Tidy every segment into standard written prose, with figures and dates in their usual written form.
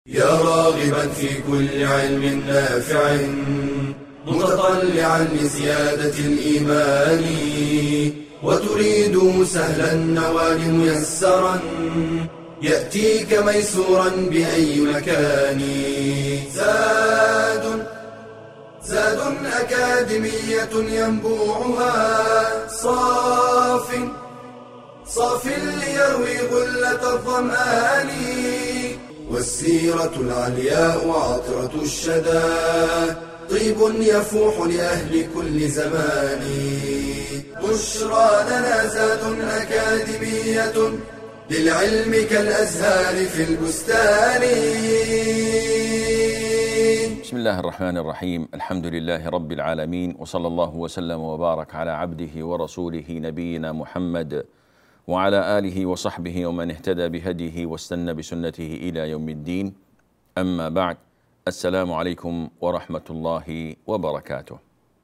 يا راغبا في كل علم نافع متطلعا لزيادة الإيمان وتريد سهلا النوال ميسرا يأتيك ميسورا بأي مكان. زاد أكاديمية ينبوعها صاف ليروي غلة الظمآن، والسيرة العلياء وعطرة الشدى طيب يفوح لأهل كل زمان. بشرى لنا زاد أكاديمية للعلم كالأزهار في البستان. بسم الله الرحمن الرحيم. الحمد لله رب العالمين، وصلى الله وسلم وبارك على عبده ورسوله نبينا محمد وعلى آله وصحبه ومن اهتدى بهديه واستنى بسنته إلى يوم الدين. أما بعد، السلام عليكم ورحمة الله وبركاته.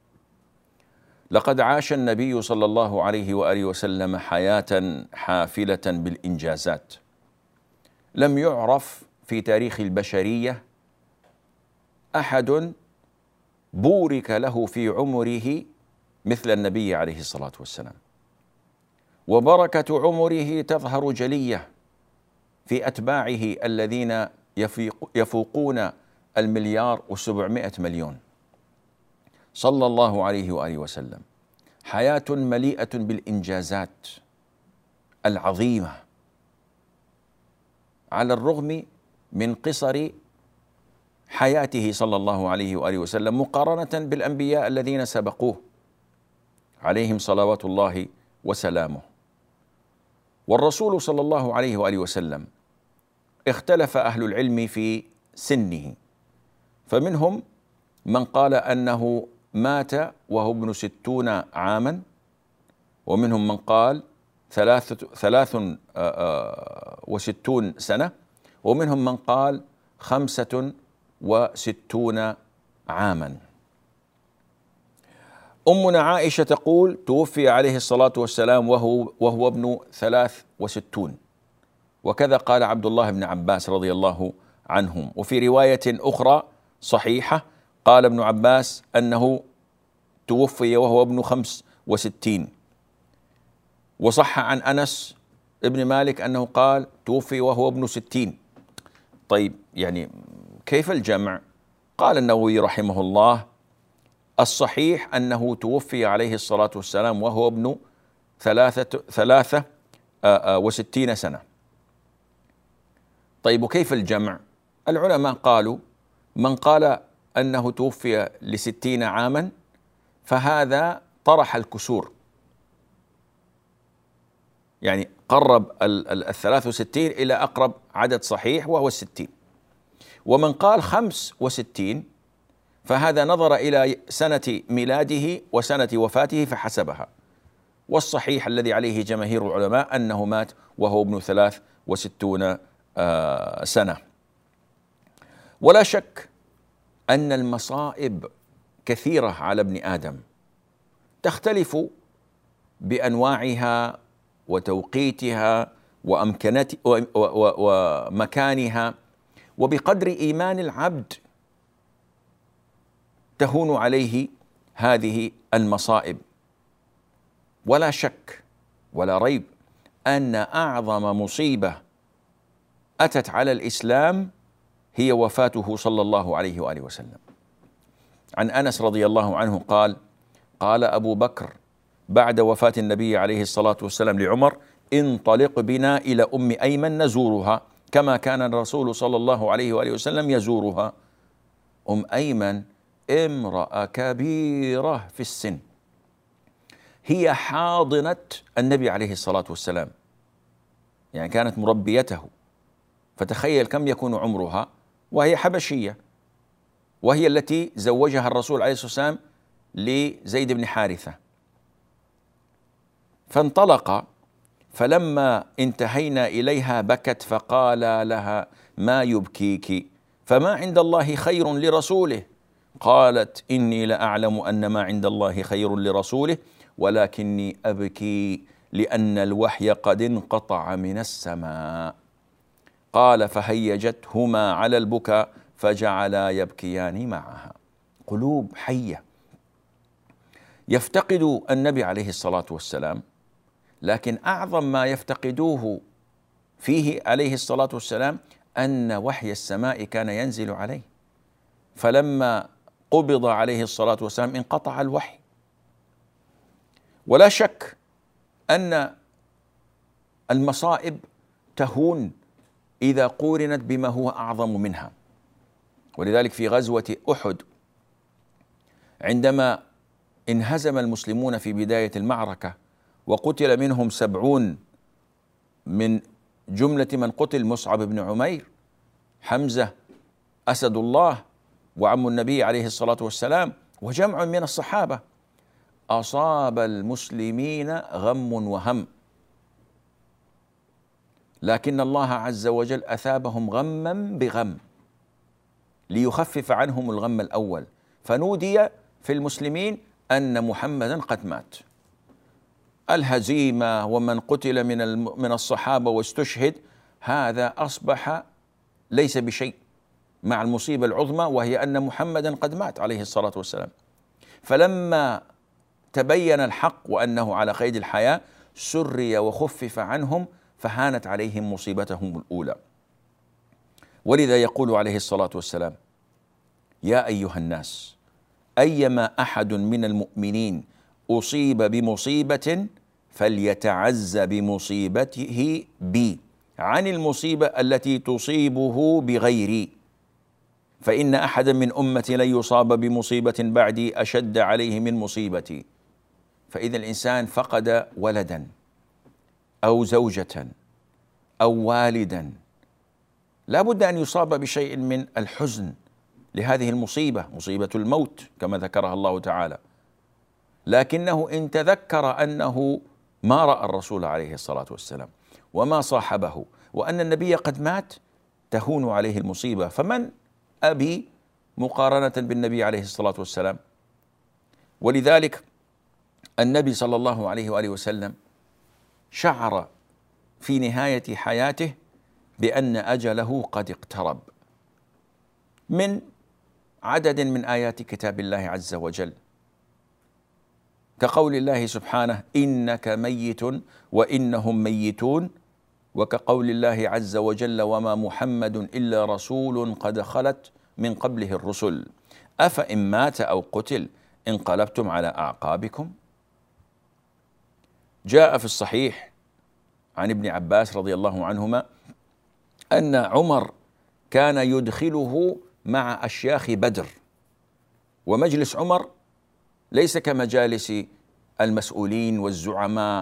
لقد عاش النبي صلى الله عليه وآله وسلم حياة حافلة بالإنجازات، لم يعرف في تاريخ البشرية أحد بورك له في عمره مثل النبي عليه الصلاة والسلام، وبركة عمره تظهر جلية في أتباعه الذين يفوقون 1,700,000,000. صلى الله عليه وآله وسلم. حياة مليئة بالإنجازات العظيمة على الرغم من قصر حياته صلى الله عليه وآله وسلم مقارنة بالأنبياء الذين سبقوه عليهم صلوات الله وسلامه. والرسول صلى الله عليه وآله وسلم اختلف أهل العلم في سنه، فمنهم من قال أنه مات وهو ابن 60 عاما، ومنهم من قال 63 سنة، ومنهم من قال 65 عاما. أمنا عائشة تقول توفي عليه الصلاة والسلام وهو ابن 63، وكذا قال عبد الله بن عباس رضي الله عنهم. وفي رواية أخرى صحيحة قال ابن عباس أنه توفي وهو ابن 65، وصح عن أنس ابن مالك أنه قال توفي وهو ابن 60. طيب، يعني كيف الجمع؟ قال النووي رحمه الله: الصحيح أنه توفي عليه الصلاة والسلام وهو ابن 63 سنة. طيب، وكيف الجمع؟ العلماء قالوا: من قال أنه توفي ل60 عاما فهذا طرح الكسور، يعني قرب 63 إلى أقرب عدد صحيح وهو 60. ومن قال 65 فهذا نظر إلى سنة ميلاده وسنة وفاته فحسبها، والصحيح الذي عليه جماهير العلماء أنه مات وهو ابن 63 سنة. ولا شك أن المصائب كثيرة على ابن آدم، تختلف بأنواعها وتوقيتها ومكانها، وبقدر إيمان العبد تهون عليه هذه المصائب. ولا شك ولا ريب أن أعظم مصيبة أتت على الإسلام هي وفاته صلى الله عليه وآله وسلم. عن أنس رضي الله عنه قال أبو بكر بعد وفاة النبي عليه الصلاة والسلام لعمر: انطلق بنا إلى أم أيمن نزورها كما كان الرسول صلى الله عليه وآله وسلم يزورها. أم أيمن امرأة كبيرة في السن، هي حاضنة النبي عليه الصلاة والسلام، يعني كانت مربيته، فتخيل كم يكون عمرها، وهي حبشية، وهي التي زوجها الرسول عليه الصلاة والسلام لزيد بن حارثة. فانطلق، فلما انتهينا إليها بكت فقال لها: ما يبكيك؟ فما عند الله خير لرسوله؟ قالت: إني لأعلم أن ما عند الله خير لرسوله، ولكني أبكي لأن الوحي قد انقطع من السماء. قال فهيجتهما على البكاء فجعلا يبكيان معها. قلوب حية يفتقد النبي عليه الصلاة والسلام، لكن أعظم ما يفتقدوه فيه عليه الصلاة والسلام أن وحي السماء كان ينزل عليه، فلما قبض عليه الصلاة والسلام انقطع الوحي. ولا شك أن المصائب تهون إذا قورنت بما هو أعظم منها. ولذلك في غزوة أحد عندما انهزم المسلمون في بداية المعركة وقتل منهم 70 من جملة من قتل مصعب بن عمير، حمزة أسد الله وعم النبي عليه الصلاة والسلام وجمع من الصحابة، أصاب المسلمين غم وهم، لكن الله عز وجل أثابهم غما بغم ليخفف عنهم الغم الأول، فنودي في المسلمين أن محمدا قد مات. الهزيمة ومن قتل من الصحابة واستشهد هذا أصبح ليس بشيء مع المصيبة العظمى، وهي أن محمدا قد مات عليه الصلاة والسلام. فلما تبين الحق وأنه على قيد الحياة سري وخفف عنهم، فهانت عليهم مصيبتهم الأولى. ولذا يقول عليه الصلاة والسلام: يا أيها الناس، أيما أحد من المؤمنين أصيب بمصيبة فليتعز بمصيبته بي عن المصيبة التي تصيبه بغيري، فإن أحدا من أمتي لن يصاب بمصيبة بعدي أشد عليه من مصيبتي. فإذا الإنسان فقد ولدا أو زوجة أو والدا لا بد أن يصاب بشيء من الحزن لهذه المصيبة، مصيبة الموت كما ذكرها الله تعالى. لكنه إن تذكر أنه ما رأى الرسول عليه الصلاة والسلام وما صاحبه وأن النبي قد مات تهون عليه المصيبة. فمن أبي مقارنة بالنبي عليه الصلاة والسلام؟ ولذلك النبي صلى الله عليه وآله وسلم شعر في نهاية حياته بأن أجله قد اقترب من عدد من آيات كتاب الله عز وجل، كقول الله سبحانه: إنك ميت وإنهم ميتون، وكقول الله عز وجل: وما محمد إلا رسول قد خلت من قبله الرسل أفإن مات أو قتل انقلبتم على أعقابكم. جاء في الصحيح عن ابن عباس رضي الله عنهما أن عمر كان يدخله مع أشياخ بدر، ومجلس عمر ليس كمجالس المسؤولين والزعماء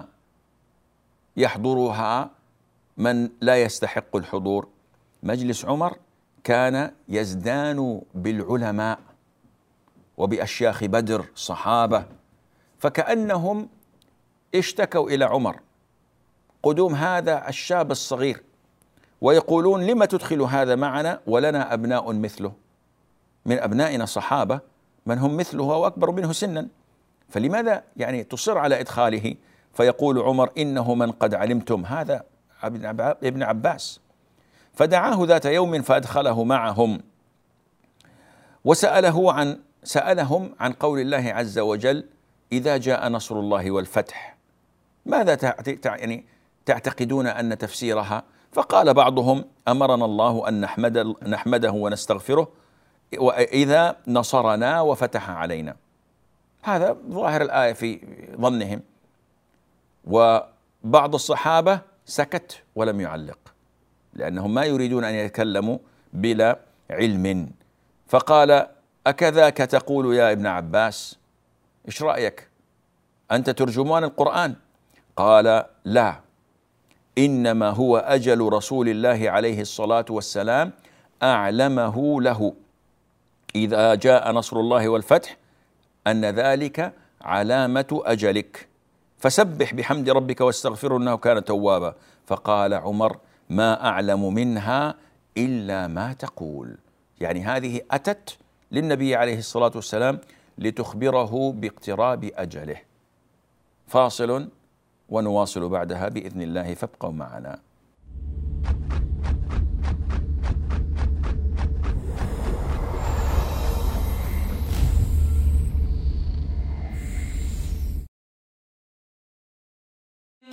يحضرها من لا يستحق الحضور. مجلس عمر كان يزدان بالعلماء وبأشياخ بدر صحابة، فكأنهم اشتكوا إلى عمر قدوم هذا الشاب الصغير، ويقولون: لما تدخل هذا معنا ولنا أبناء مثله؟ من أبنائنا صحابة من هم مثله وأكبر منه سنا، فلماذا يعني تصر على إدخاله؟ فيقول عمر: إنه من قد علمتم هذا ابن عباس. فدعاه ذات يوم فأدخله معهم سألهم عن قول الله عز وجل: إذا جاء نصر الله والفتح ماذا تعتقدون أن تفسيرها؟ فقال بعضهم: أمرنا الله أن نحمده ونستغفره وإذا نصرنا وفتح علينا. هذا ظاهر الآية في ظنهم. وبعض الصحابة سكت ولم يعلق، لأنهم ما يريدون أن يتكلموا بلا علم. فقال: أكذاك تقول يا ابن عباس؟ إيش رأيك؟ أنت ترجمان القرآن. قال: لا، إنما هو أجل رسول الله عليه الصلاة والسلام أعلمه له إذا جاء نصر الله والفتح أن ذلك علامة أجلك، فسبح بحمد ربك واستغفره إنه كان توابا. فقال عمر: ما أعلم منها إلا ما تقول. يعني هذه أتت للنبي عليه الصلاة والسلام لتخبره باقتراب أجله. فاصل ونواصل بعدها بإذن الله، فابقوا معنا.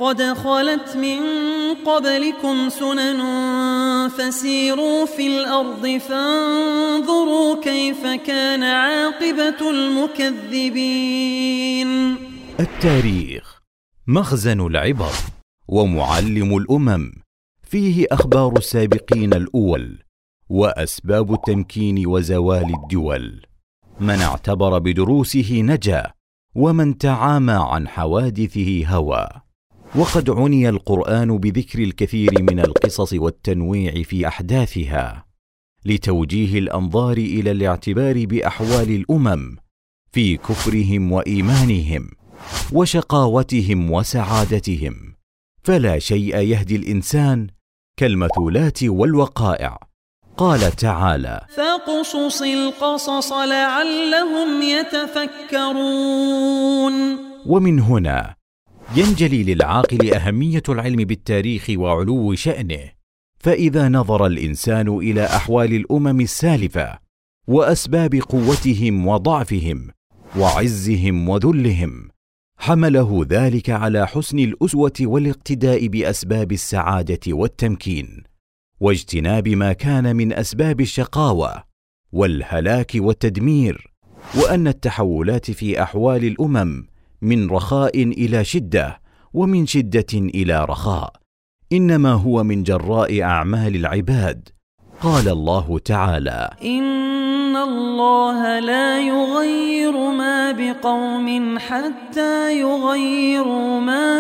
قد خلت من قبلكم سنن فسيروا في الأرض فانظروا كيف كان عاقبة المكذبين. التاريخ مخزن العبر ومعلم الأمم، فيه أخبار السابقين الأول وأسباب التمكين وزوال الدول. من اعتبر بدروسه نجا، ومن تعامى عن حوادثه هوى. وقد عني القرآن بذكر الكثير من القصص والتنويع في أحداثها لتوجيه الأنظار إلى الاعتبار بأحوال الأمم في كفرهم وإيمانهم وشقاوتهم وسعادتهم، فلا شيء يهدي الإنسان كالمثولات والوقائع. قال تعالى: فاقصص القصص لعلهم يتفكرون. ومن هنا ينجلي للعاقل أهمية العلم بالتاريخ وعلو شأنه، فإذا نظر الإنسان إلى أحوال الأمم السالفة وأسباب قوتهم وضعفهم وعزهم وذلهم، حمله ذلك على حسن الأسوة والاقتداء بأسباب السعادة والتمكين، واجتناب ما كان من أسباب الشقاوة والهلاك والتدمير، وأن التحولات في أحوال الأمم من رخاء إلى شدة ومن شدة إلى رخاء إنما هو من جراء أعمال العباد. قال الله تعالى: إن الله لا يغير ما بقوم حتى يغيروا ما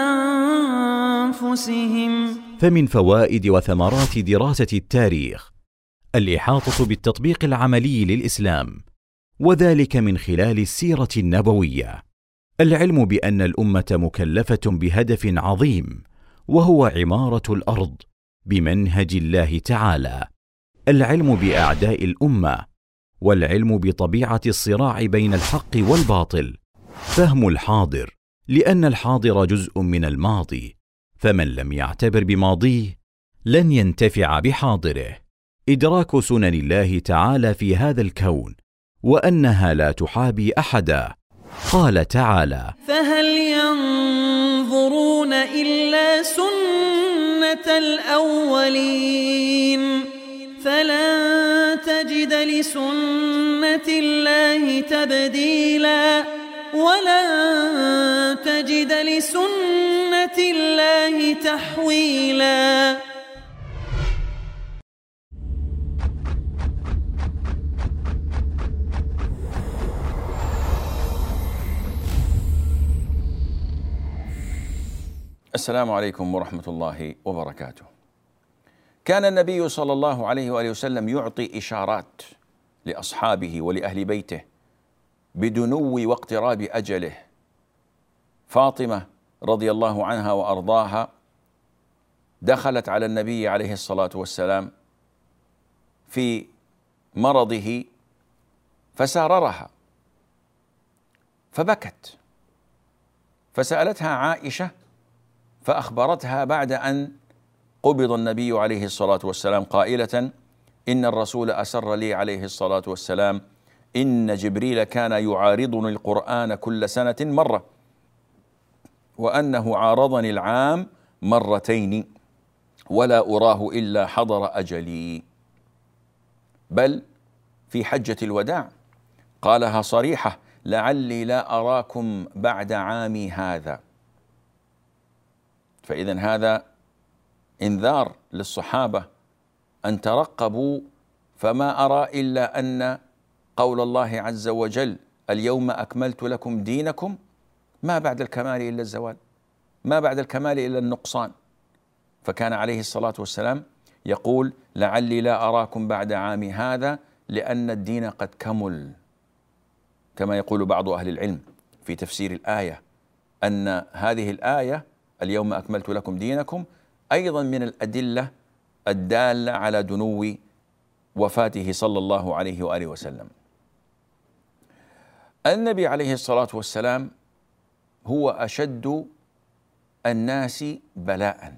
بأنفسهم. فمن فوائد وثمرات دراسة التاريخ الإحاطة بالتطبيق العملي للإسلام، وذلك من خلال السيرة النبوية. العلم بأن الأمة مكلفة بهدف عظيم، وهو عمارة الأرض بمنهج الله تعالى. العلم بأعداء الأمة، والعلم بطبيعة الصراع بين الحق والباطل. فهم الحاضر، لأن الحاضر جزء من الماضي، فمن لم يعتبر بماضيه لن ينتفع بحاضره. إدراك سنن الله تعالى في هذا الكون، وأنها لا تحابي أحدا. قال تعالى: فهل ينظرون إلا سنة الأولين فلن تجد لسنة الله تبديلا ولن تجد لسنة الله تحويلا. السلام عليكم ورحمة الله وبركاته. كان النبي صلى الله عليه وآله وسلم يعطي إشارات لأصحابه ولأهل بيته بدنو واقتراب أجله. فاطمة رضي الله عنها وأرضاها دخلت على النبي عليه الصلاة والسلام في مرضه فساررها فبكت، فسألتها عائشة فأخبرتها بعد أن قبض النبي عليه الصلاة والسلام قائلة: إن الرسول أسر لي عليه الصلاة والسلام إن جبريل كان يعارضني القرآن كل سنة مرة، وأنه عارضني العام مرتين، ولا أراه إلا حضر أجلي. بل في حجة الوداع قالها صريحة: لعلي لا أراكم بعد عامي هذا. فإذن هذا إنذار للصحابة أن ترقبوا، فما أرى إلا أن قول الله عز وجل: اليوم أكملت لكم دينكم، ما بعد الكمال إلا الزوال، ما بعد الكمال إلا النقصان. فكان عليه الصلاة والسلام يقول: لعلي لا أراكم بعد عامي هذا، لأن الدين قد كمل، كما يقول بعض أهل العلم في تفسير الآية أن هذه الآية اليوم أكملت لكم دينكم أيضا من الأدلة الدالة على دنو وفاته صلى الله عليه وآله وسلم. النبي عليه الصلاة والسلام هو أشد الناس بلاء،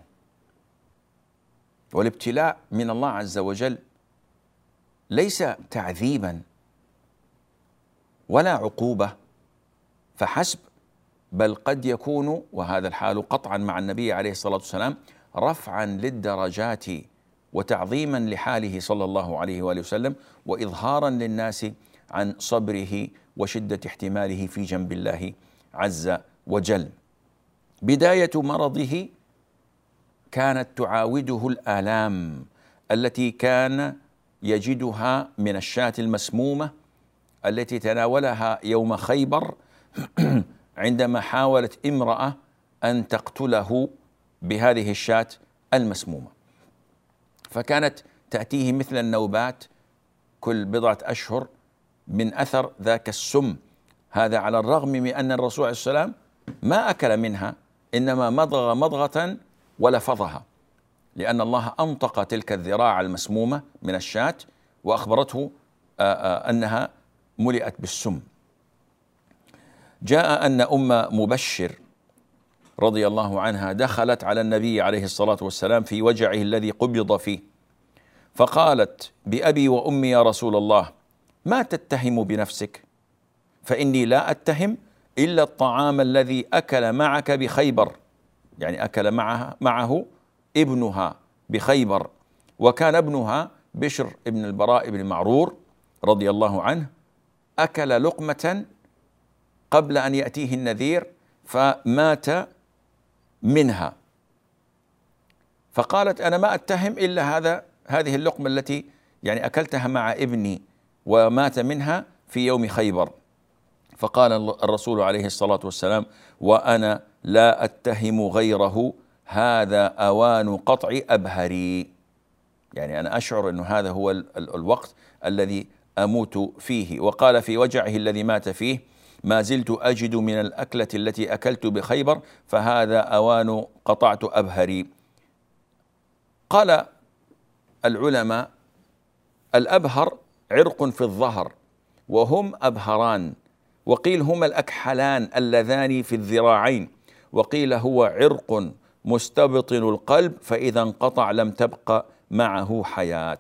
والابتلاء من الله عز وجل ليس تعذيبا ولا عقوبة فحسب، بل قد يكون، وهذا الحال قطعا مع النبي عليه الصلاة والسلام، رفعا للدرجات وتعظيما لحاله صلى الله عليه وآله وسلم، وإظهارا للناس عن صبره وشدة احتماله في جنب الله عز وجل. بداية مرضه كانت تعاوده الآلام التي كان يجدها من الشاة المسمومة التي تناولها يوم خيبر عندما حاولت امرأة أن تقتله بهذه الشاة المسمومة، فكانت تأتيه مثل النوبات كل بضعة أشهر من أثر ذاك السم. هذا على الرغم من أن الرسول عليه السلام ما أكل منها، إنما مضغ مضغة ولفظها، لأن الله أنطق تلك الذراع المسمومة من الشاة وأخبرته أنها ملئت بالسم. جاء أن أم مبشر رضي الله عنها دخلت على النبي عليه الصلاة والسلام في وجعه الذي قبض فيه، فقالت: بأبي وأمي يا رسول الله، ما تتهم بنفسك؟ فإني لا أتهم إلا الطعام الذي أكل معك بخيبر، يعني أكل معه ابنها بخيبر، وكان ابنها بشر ابن البراء بن معرور رضي الله عنه أكل لقمة قبل أن يأتيه النذير فمات منها. فقالت: أنا ما أتهم إلا هذه اللقمة التي يعني أكلتها مع ابني ومات منها في يوم خيبر. فقال الرسول عليه الصلاة والسلام: وأنا لا أتهم غيره، هذا أوان قطع أبهري، يعني أنا أشعر أنه هذا هو الوقت الذي أموت فيه. وقال في وجعه الذي مات فيه: ما زلت أجد من الأكلة التي أكلت بخيبر، فهذا أوان قطعت أبهري. قال العلماء: الأبهر عرق في الظهر، وهم أبهران، وقيل هما الأكحلان اللذان في الذراعين، وقيل هو عرق مستبطن القلب، فإذا انقطع لم تبق معه حياة.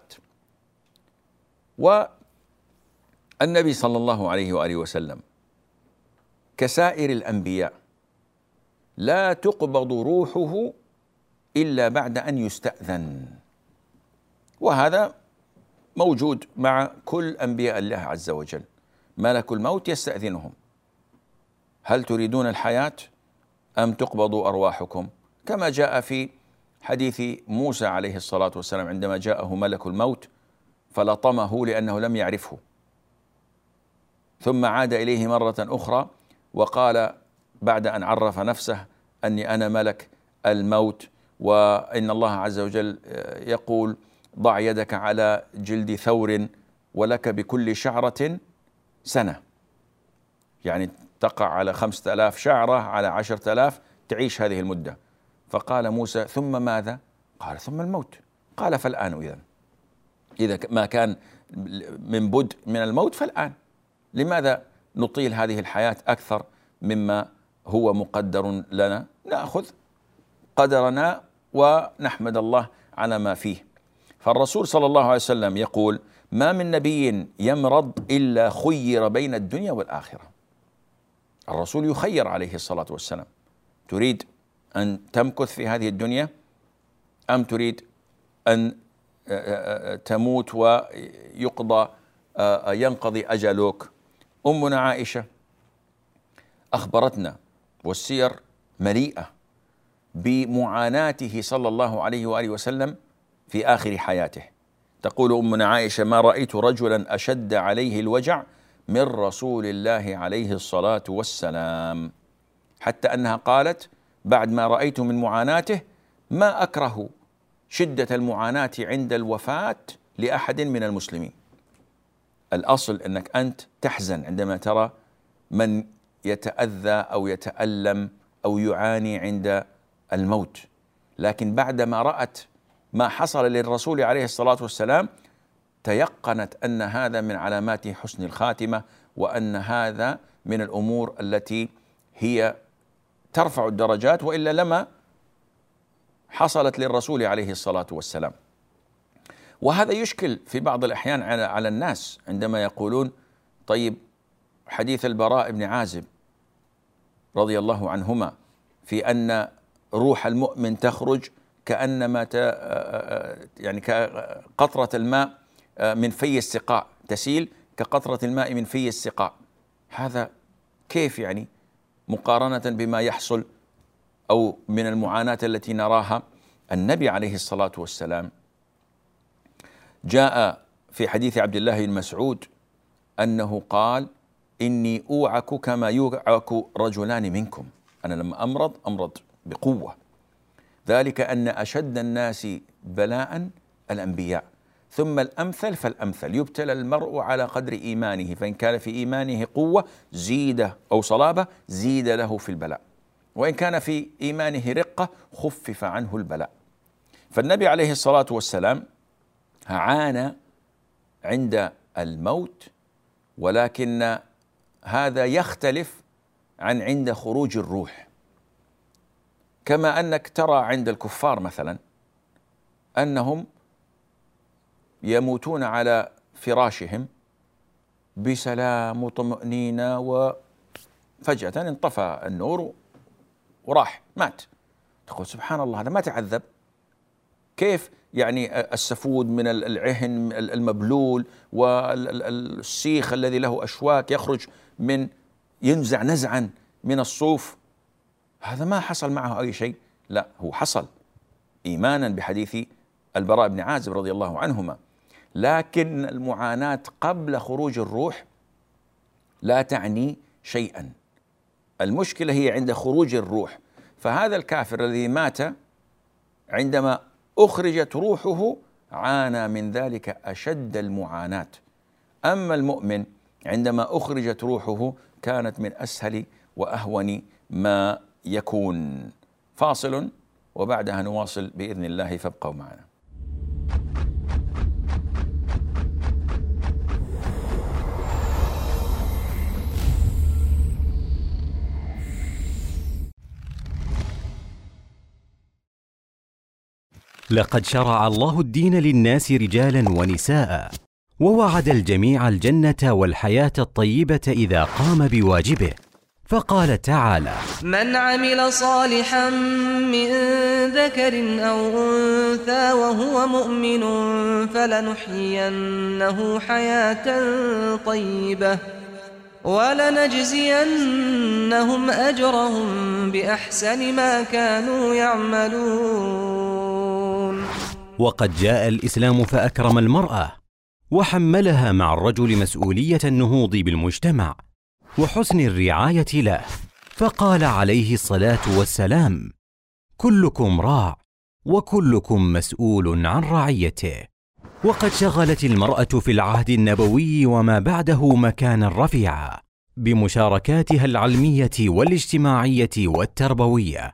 والنبي صلى الله عليه وآله وسلم كسائر الأنبياء لا تقبض روحه إلا بعد أن يستأذن، وهذا موجود مع كل أنبياء الله عز وجل. ملك الموت يستأذنهم: هل تريدون الحياة أم تقبض أرواحكم؟ كما جاء في حديث موسى عليه الصلاة والسلام عندما جاءه ملك الموت فلطمه لأنه لم يعرفه، ثم عاد إليه مرة أخرى وقال بعد أن عرف نفسه: أني أنا ملك الموت، وإن الله عز وجل يقول: ضع يدك على جلد ثور ولك بكل شعرة سنة، يعني تقع على 5000 شعرة على 10,000 تعيش هذه المدة. فقال موسى: ثم ماذا؟ قال: ثم الموت. قال: فالآن إذا ما كان من بدء من الموت فالآن، لماذا نطيل هذه الحياة أكثر مما هو مقدر لنا؟ نأخذ قدرنا ونحمد الله على ما فيه. فالرسول صلى الله عليه وسلم يقول: ما من نبي يمرض إلا خير بين الدنيا والآخرة. الرسول يخير عليه الصلاة والسلام: تريد أن تمكث في هذه الدنيا أم تريد أن تموت وينقضي أجلك؟ أمنا عائشة أخبرتنا، والسير مليئة بمعاناته صلى الله عليه وآله وسلم في آخر حياته. تقول أمنا عائشة: ما رأيت رجلا أشد عليه الوجع من رسول الله عليه الصلاة والسلام، حتى أنها قالت: بعد ما رأيت من معاناته ما أكره شدة المعاناة عند الوفاة لأحد من المسلمين. الأصل أنك أنت تحزن عندما ترى من يتأذى أو يتألم أو يعاني عند الموت، لكن بعدما رأت ما حصل للرسول عليه الصلاة والسلام تيقنت أن هذا من علامات حسن الخاتمة، وأن هذا من الأمور التي هي ترفع الدرجات، وإلا لما حصلت للرسول عليه الصلاة والسلام. وهذا يشكل في بعض الأحيان على الناس عندما يقولون: طيب، حديث البراء بن عازب رضي الله عنهما في أن روح المؤمن تخرج كأنما يعني كقطرة الماء من في السقاء، تسيل كقطرة الماء من في السقاء. هذا كيف يعني مقارنة بما يحصل أو من المعاناة التي نراها؟ النبي عليه الصلاة والسلام جاء في حديث عبد الله بن مسعود أنه قال: إني أوعك كما يوعك رجلان منكم. أنا لما أمرض بقوة، ذلك أن أشد الناس بلاء الأنبياء، ثم الأمثل فالأمثل، يبتلى المرء على قدر إيمانه، فإن كان في إيمانه قوة زيد أو صلابة زيد له في البلاء، وإن كان في إيمانه رقة خفف عنه البلاء. فالنبي عليه الصلاة والسلام عانى عند الموت، ولكن هذا يختلف عن عند خروج الروح. كما أنك ترى عند الكفار مثلا أنهم يموتون على فراشهم بسلام وطمأنينة، وفجأة انطفى النور وراح مات. تقول سبحان الله، هذا ما تعذب. كيف يعني السفود من العهن المبلول والسيخ الذي له أشواك يخرج ينزع نزعا من الصوف، هذا ما حصل معه أي شيء؟ لا، هو حصل إيمانا بحديث البراء بن عازب رضي الله عنهما. لكن المعاناة قبل خروج الروح لا تعني شيئا، المشكلة هي عند خروج الروح. فهذا الكافر الذي مات عندما أخرجت روحه عانى من ذلك أشد المعاناة، أما المؤمن عندما أخرجت روحه كانت من أسهل وأهون ما يكون. فاصل وبعدها نواصل بإذن الله، فابقوا معنا. لقد شرع الله الدين للناس رجالا ونساء، ووعد الجميع الجنة والحياة الطيبة إذا قام بواجبه، فقال تعالى: من عمل صالحا من ذكر أو أنثى وهو مؤمن فلنحيينه حياة طيبة ولنجزينهم أجرهم بأحسن ما كانوا يعملون. وقد جاء الإسلام فأكرم المرأة، وحملها مع الرجل مسؤولية النهوض بالمجتمع وحسن الرعاية له، فقال عليه الصلاة والسلام: كلكم راع وكلكم مسؤول عن رعيته. وقد شغلت المرأة في العهد النبوي وما بعده مكانا رفيعا بمشاركاتها العلمية والاجتماعية والتربوية،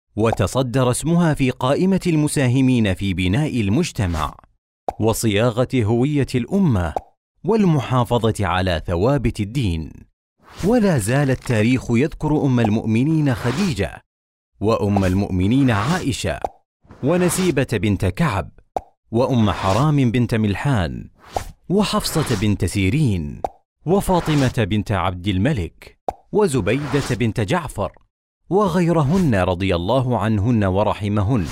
وتصدر اسمها في قائمة المساهمين في بناء المجتمع وصياغة هوية الأمة والمحافظة على ثوابت الدين. ولا زال التاريخ يذكر أم المؤمنين خديجة، وأم المؤمنين عائشة، ونسيبة بنت كعب، وأم حرام بنت ملحان، وحفصة بنت سيرين، وفاطمة بنت عبد الملك، وزبيدة بنت جعفر، وغيرهن رضي الله عنهن ورحمهن.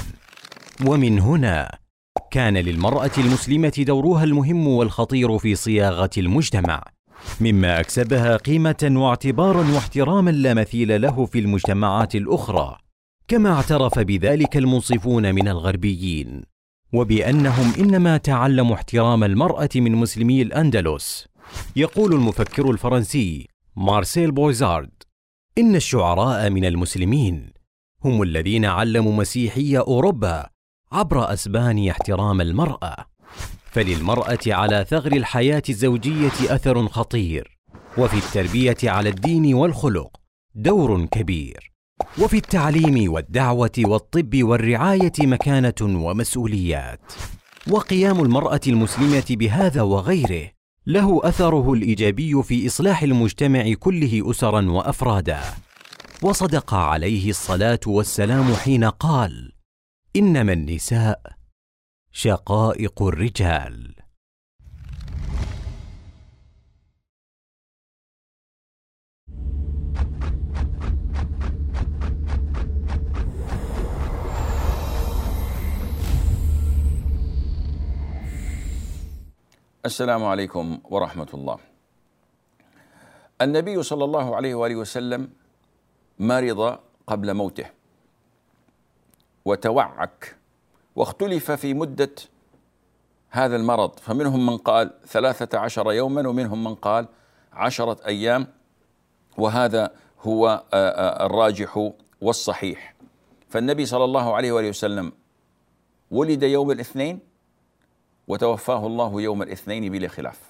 ومن هنا كان للمرأة المسلمة دورها المهم والخطير في صياغة المجتمع، مما أكسبها قيمة واعتبارا واحتراما لا مثيل له في المجتمعات الأخرى، كما اعترف بذلك المنصفون من الغربيين، وبأنهم إنما تعلموا احترام المرأة من مسلمي الأندلس. يقول المفكر الفرنسي مارسيل بويزارد: إن الشعراء من المسلمين هم الذين علموا مسيحي أوروبا عبر أسبانيا احترام المرأة. فللمرأة على ثغر الحياة الزوجية أثر خطير، وفي التربية على الدين والخلق دور كبير، وفي التعليم والدعوة والطب والرعاية مكانة ومسؤوليات. وقيام المرأة المسلمة بهذا وغيره له أثره الإيجابي في إصلاح المجتمع كله أسرا وأفرادا. وصدق عليه الصلاة والسلام حين قال: إنما النساء شقائق الرجال. السلام عليكم ورحمة الله. النبي صلى الله عليه وآله وسلم مرض قبل موته وتوعك، واختلف في مدة هذا المرض، فمنهم من قال 13 يوما ومنهم من قال 10 أيام، وهذا هو الراجح والصحيح. فالنبي صلى الله عليه وآله وسلم ولد يوم الاثنين وتوفاه الله يوم الاثنين بلا خلاف،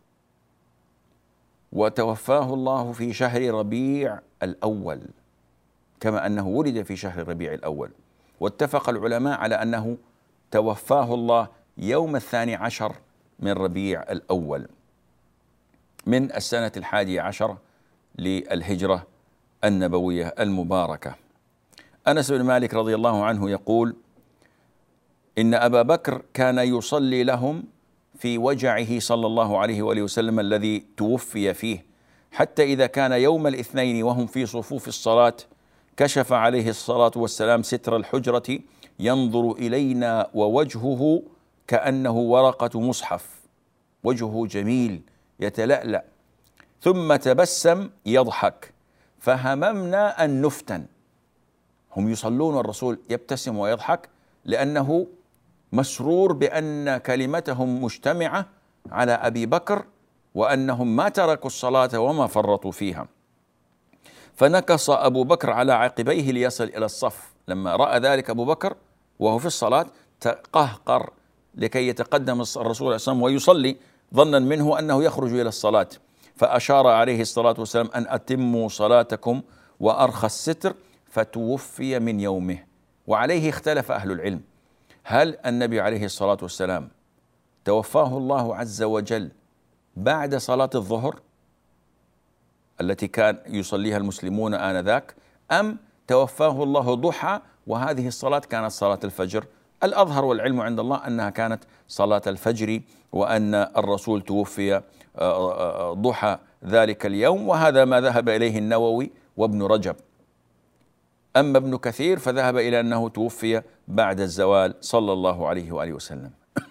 وتوفاه الله في شهر ربيع الأول كما أنه ولد في شهر ربيع الأول، واتفق العلماء على أنه توفاه الله يوم 12 من ربيع الأول من السنة 11 للهجرة النبوية المباركة. أنس بن مالك رضي الله عنه يقول: إن أبا بكر كان يصلي لهم في وجعه صلى الله عليه وآله وسلم الذي توفي فيه، حتى إذا كان يوم الاثنين وهم في صفوف الصلاة كشف عليه الصلاة والسلام ستر الحجرة ينظر إلينا ووجهه كأنه ورقة مصحف، وجهه جميل يتلألأ، ثم تبسم يضحك، فهممنا أن نفتن. هم يصلون والرسول يبتسم ويضحك لأنه مسرور بأن كلمتهم مجتمعة على أبي بكر وأنهم ما تركوا الصلاة وما فرطوا فيها. فنكص أبو بكر على عقبيه ليصل إلى الصف. لما رأى ذلك أبو بكر وهو في الصلاة تقهقر لكي يتقدم الرسول عليه الصلاة والسلام ويصلي، ظنا منه أنه يخرج إلى الصلاة، فأشار عليه الصلاة والسلام أن أتموا صلاتكم وأرخى الستر، فتوفي من يومه. وعليه اختلف أهل العلم، هل النبي عليه الصلاة والسلام توفاه الله عز وجل بعد صلاة الظهر التي كان يصليها المسلمون آنذاك، أم توفاه الله ضحى وهذه الصلاة كانت صلاة الفجر؟ الأظهر والعلم عند الله أنها كانت صلاة الفجر، وأن الرسول توفي ضحى ذلك اليوم، وهذا ما ذهب إليه النووي وابن رجب. أما ابن كثير فذهب إلى أنه توفي بعد الزوال صلى الله عليه وآله وسلم.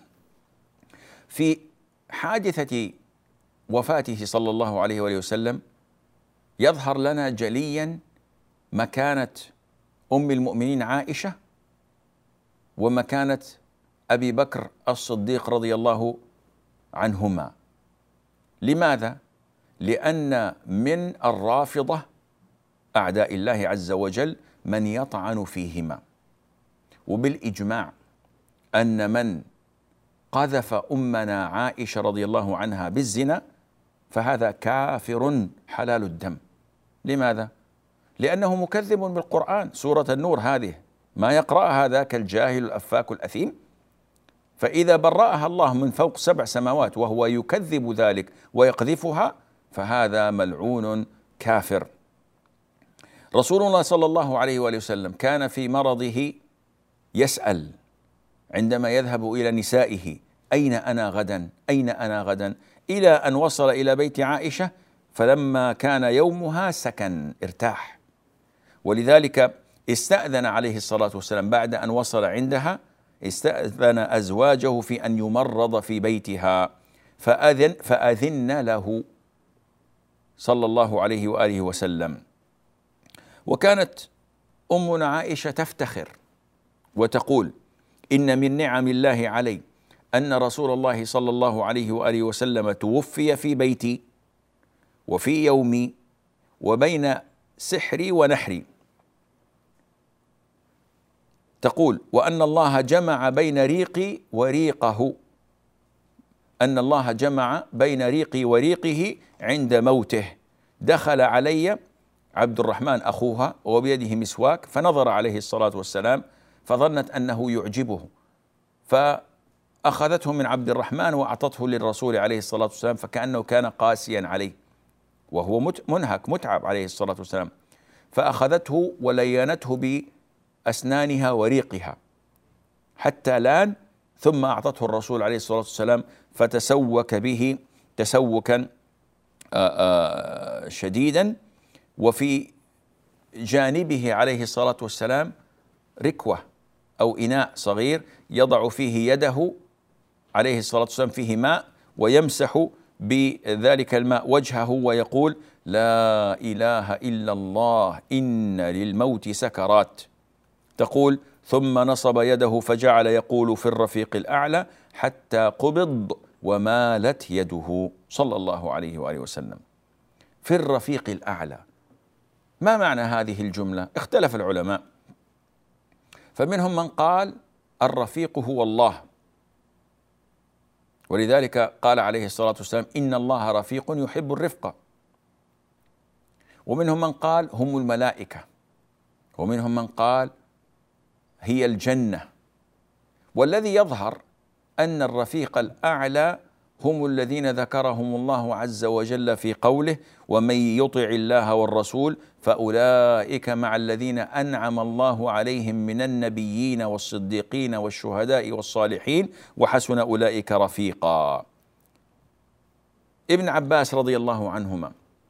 في حادثة وفاته صلى الله عليه وآله وسلم يظهر لنا جليا مكانة أم المؤمنين عائشة ومكانة أبي بكر الصديق رضي الله عنهما. لماذا؟ لأن من الرافضة أعداء الله عز وجل من يطعن فيهما، وبالإجماع أن من قذف أمنا عائشة رضي الله عنها بالزنا فهذا كافر حلال الدم. لماذا؟ لأنه مكذب بالقرآن. سورة النور هذه ما يقرأها ذاك الجاهل الأفاك الأثيم، فإذا برأها الله من فوق 7 سماوات وهو يكذب ذلك ويقذفها فهذا ملعون كافر. رسول الله صلى الله عليه وآله وسلم كان في مرضه يسأل عندما يذهب إلى نسائه: أين أنا غدا؟ أين أنا غدا؟ إلى أن وصل إلى بيت عائشة، فلما كان يومها سكن ارتاح، ولذلك استأذن عليه الصلاة والسلام بعد أن وصل عندها، استأذن أزواجه في أن يمرض في بيتها، فأذن له صلى الله عليه وآله وسلم. وكانت أمنا عائشة تفتخر وتقول: إن من نعم الله علي أن رسول الله صلى الله عليه وآله وسلم توفي في بيتي وفي يومي وبين سحري ونحري. تقول: وأن الله جمع بين ريقي وريقه، أن الله جمع بين ريقي وريقه عند موته. دخل علي عبد الرحمن أخوها وبيده مسواك، فنظر عليه الصلاة والسلام فظنت أنه يعجبه، فأخذته من عبد الرحمن وأعطته للرسول عليه الصلاة والسلام، فكأنه كان قاسيا عليه وهو منهك متعب عليه الصلاة والسلام، فأخذته ولينته بأسنانها وريقها حتى لان، ثم أعطته الرسول عليه الصلاة والسلام فتسوك به تسوكا شديدا. وفي جانبه عليه الصلاة والسلام ركوة أو إناء صغير يضع فيه يده عليه الصلاة والسلام فيه ماء ويمسح بذلك الماء وجهه ويقول: لا إله إلا الله إن للموت سكرات. تقول: ثم نصب يده فجعل يقول في الرفيق الأعلى حتى قبض ومالت يده، صلى الله عليه وآله وسلم. في الرفيق الأعلى، ما معنى هذه الجملة؟ اختلف العلماء، فمنهم من قال الرفيق هو الله، ولذلك قال عليه الصلاة والسلام: إن الله رفيق يحب الرفق. ومنهم من قال هم الملائكة، ومنهم من قال هي الجنة. والذي يظهر أن الرفيق الأعلى هم الذين ذكرهم الله عز وجل في قوله: ومن يطع الله والرسول فأولئك مع الذين أنعم الله عليهم من النبيين والصديقين والشهداء والصالحين وحسن أولئك رفيقا. ابن عباس رضي الله عنهما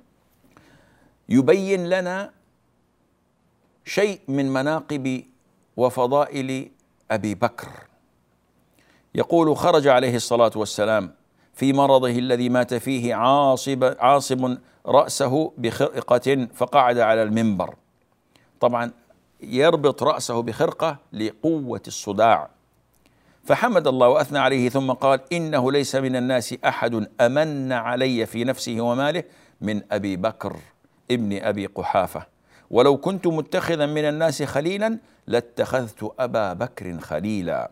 يبين لنا شيء من مناقب وفضائل أبي بكر. يقول: خرج عليه الصلاة والسلام في مرضه الذي مات فيه عاصب رأسه بخرقة فقعد على المنبر. طبعا يربط رأسه بخرقة لقوة الصداع، فحمد الله وأثنى عليه ثم قال: إنه ليس من الناس أحد أمن علي في نفسه وماله من أبي بكر ابن أبي قحافة، ولو كنت متخذا من الناس خليلا لاتخذت أبا بكر خليلا.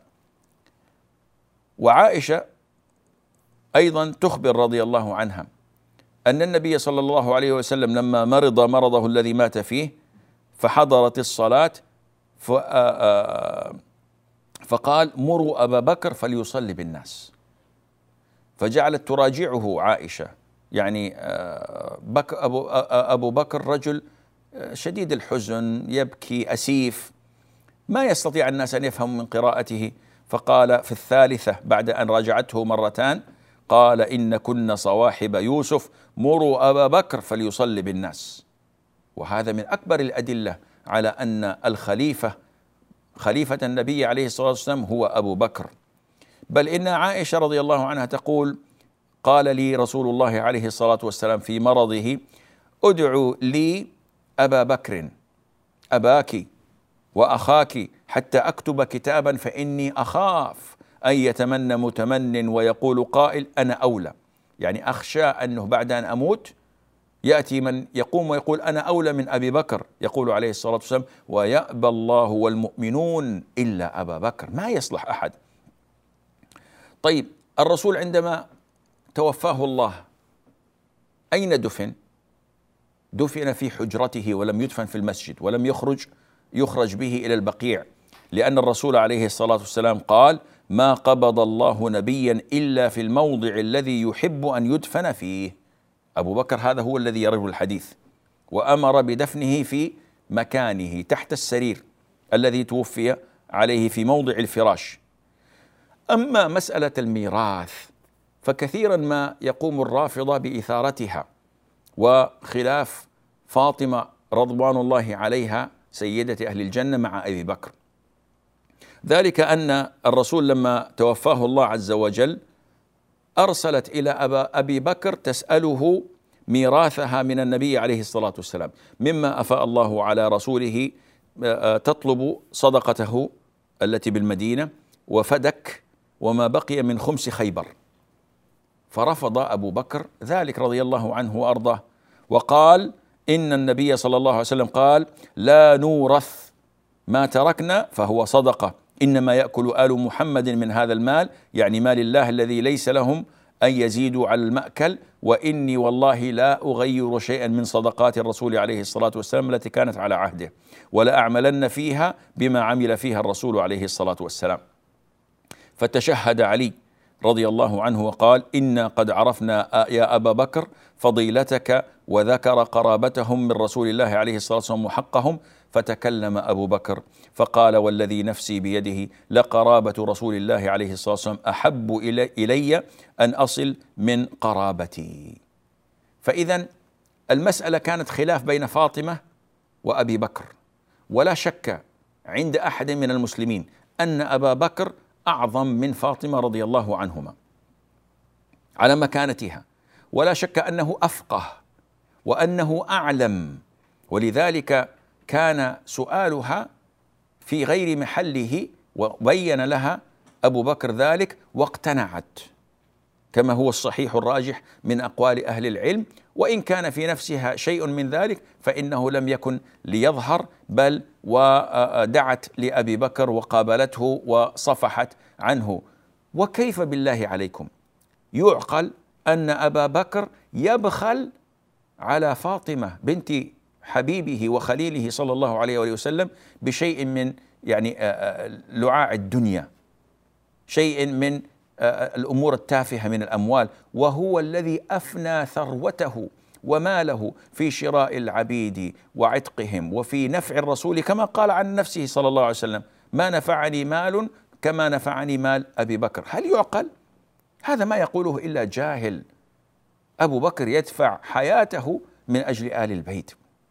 وعائشة أيضا تخبر رضي الله عنها أن النبي صلى الله عليه وسلم لما مرض مرضه الذي مات فيه فحضرت الصلاة فقال: مروا أبا بكر فليصلي بالناس. فجعلت تراجعه عائشة، يعني أبو بكر رجل شديد الحزن، يبكي أسيف، ما يستطيع الناس أن يفهموا من قراءته. فقال في الثالثة بعد أن راجعته مرتان قال: إن كن صواحب يوسف، مروا أبا بكر فليصلي بالناس. وهذا من أكبر الأدلة على أن خليفة النبي عليه الصلاة والسلام هو أبو بكر. بل إن عائشة رضي الله عنها تقول: قال لي رسول الله عليه الصلاة والسلام في مرضه: ادعوا لي أبا بكر أباك وأخاك حتى أكتب كتابا، فإني أخاف أن يتمنى متمن ويقول قائل أنا أولى. يعني أخشى أنه بعد أن أموت يأتي من يقوم ويقول أنا أولى من أبي بكر. يقول عليه الصلاة والسلام: ويأبى الله والمؤمنون إلا أبا بكر. ما يصلح أحد. طيب، الرسول عندما توفاه الله أين دفن؟ دفن في حجرته ولم يدفن في المسجد، ولم يخرج به إلى البقيع، لأن الرسول عليه الصلاة والسلام قال: ما قبض الله نبيا إلا في الموضع الذي يحب أن يدفن فيه. أبو بكر هذا هو الذي يروي الحديث، وأمر بدفنه في مكانه تحت السرير الذي توفي عليه في موضع الفراش. أما مسألة الميراث فكثيرا ما يقوم الرافضة بإثارتها، وخلاف فاطمة رضوان الله عليها سيدة أهل الجنة مع أبي بكر. ذلك أن الرسول لما توفاه الله عز وجل أرسلت إلى أبي بكر تسأله ميراثها من النبي عليه الصلاة والسلام، مما أفاء الله على رسوله، تطلب صدقته التي بالمدينة وفدك وما بقي من خمس خيبر. فرفض أبو بكر ذلك رضي الله عنه وأرضاه، وقال: إن النبي صلى الله عليه وسلم قال: لا نورث ما تركنا فهو صدقة، إنما يأكل آل محمد من هذا المال، يعني مال الله الذي ليس لهم أن يزيدوا على المأكل، وإني والله لا أغير شيئا من صدقات الرسول عليه الصلاة والسلام التي كانت على عهده، ولا أعملن فيها بما عمل فيها الرسول عليه الصلاة والسلام. فتشهد علي رضي الله عنه وقال: إنا قد عرفنا يا أبا بكر فضيلتك، وذكر قرابتهم من رسول الله عليه الصلاة والسلام وحقهم. فتكلم أبو بكر فقال: والذي نفسي بيده لقرابة رسول الله عليه الصلاة والسلام أحب إلي أن أصل من قرابتي. فإذا المسألة كانت خلاف بين فاطمة وأبي بكر، ولا شك عند أحد من المسلمين أن أبا بكر أعظم من فاطمة رضي الله عنهما. على مكانتها، ولا شك أنه أفقه وأنه أعلم، ولذلك كان سؤالها في غير محله، وبين لها أبو بكر ذلك واقتنعت، كما هو الصحيح الراجح من أقوال أهل العلم. وإن كان في نفسها شيء من ذلك فإنه لم يكن ليظهر، بل ودعت لأبي بكر وقابلته وصفحت عنه. وكيف بالله عليكم يعقل أن أبا بكر يبخل على فاطمة بنت حبيبه وخليله صلى الله عليه وآله وسلم بشيء من يعني لعاع الدنيا، شيء من الأمور التافهة من الأموال، وهو الذي أفنى ثروته وماله في شراء العبيد وعتقهم وفي نفع الرسول، كما قال عن نفسه صلى الله عليه وسلم: ما نفعني مال كما نفعني مال أبي بكر. هل يعقل؟ هذا ما يقوله إلا جاهل. أبو بكر يدفع حياته من أجل آل البيت.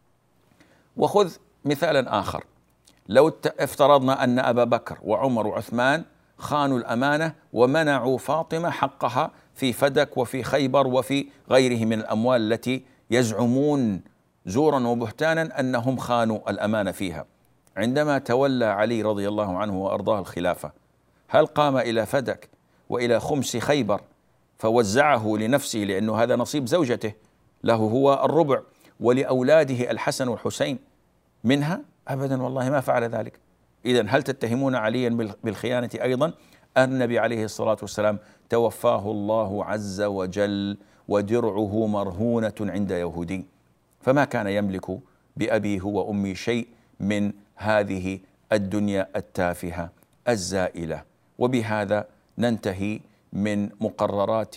وخذ مثالا آخر، لو افترضنا أن أبا بكر وعمر وعثمان خانوا الأمانة ومنعوا فاطمة حقها في فدك وفي خيبر وفي غيره من الأموال التي يزعمون زورا وبهتانا أنهم خانوا الأمانة فيها. عندما تولى علي رضي الله عنه وأرضاه الخلافة، هل قام إلى فدك وإلى خمس خيبر فوزعه لنفسه، لأنه هذا نصيب زوجته، له هو الربع، ولأولاده الحسن والحسين منها؟ أبدا والله ما فعل ذلك. إذن هل تتهمون عليا بالخيانة أيضا؟ النبي عليه الصلاة والسلام توفاه الله عز وجل ودرعه مرهونة عند يهودي، فما كان يملك بأبيه وأمي شيء من هذه الدنيا التافهة الزائلة. وبهذا ننتهي من مقررات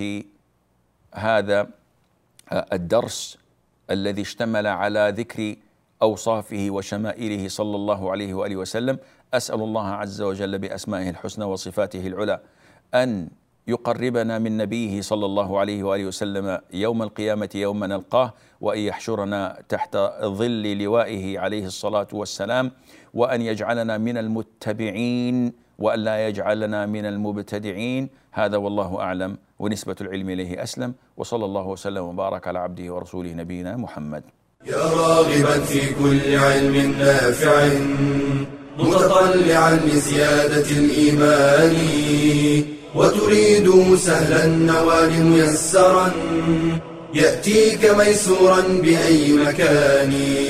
هذا الدرس الذي اشتمل على ذكر أوصافه وشمائله صلى الله عليه وآله وسلم. أسأل الله عز وجل بأسمائه الحسنى وصفاته العلى أن يقربنا من نبيه صلى الله عليه وآله وسلم يوم القيامة يوم نلقاه، وأن يحشرنا تحت ظل لوائه عليه الصلاة والسلام، وأن يجعلنا من المتبعين وأن لا يجعلنا من المبتدعين. هذا والله أعلم، ونسبة العلم إليه أسلم، وصلى الله وسلم وبارك على عبده ورسوله نبينا محمد. يا راغبا في كل علم نافع متطلعا لزيادة الإيمان، وتريد سهلا النوال ميسرا يأتيك ميسورا بأي مكان.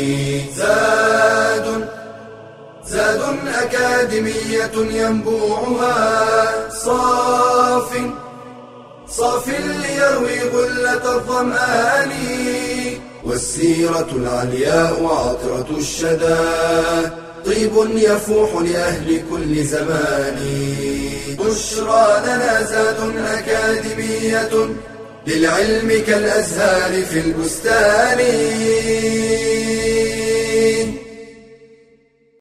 زاد أكاديمية ينبوعها صاف ليروي غلة الظمآن، والسيرة العلياء عطرة الشدى طيب يفوح لأهل كل زمان. بشرى لنا زاد أكاديمية للعلم كالأزهار في البستان.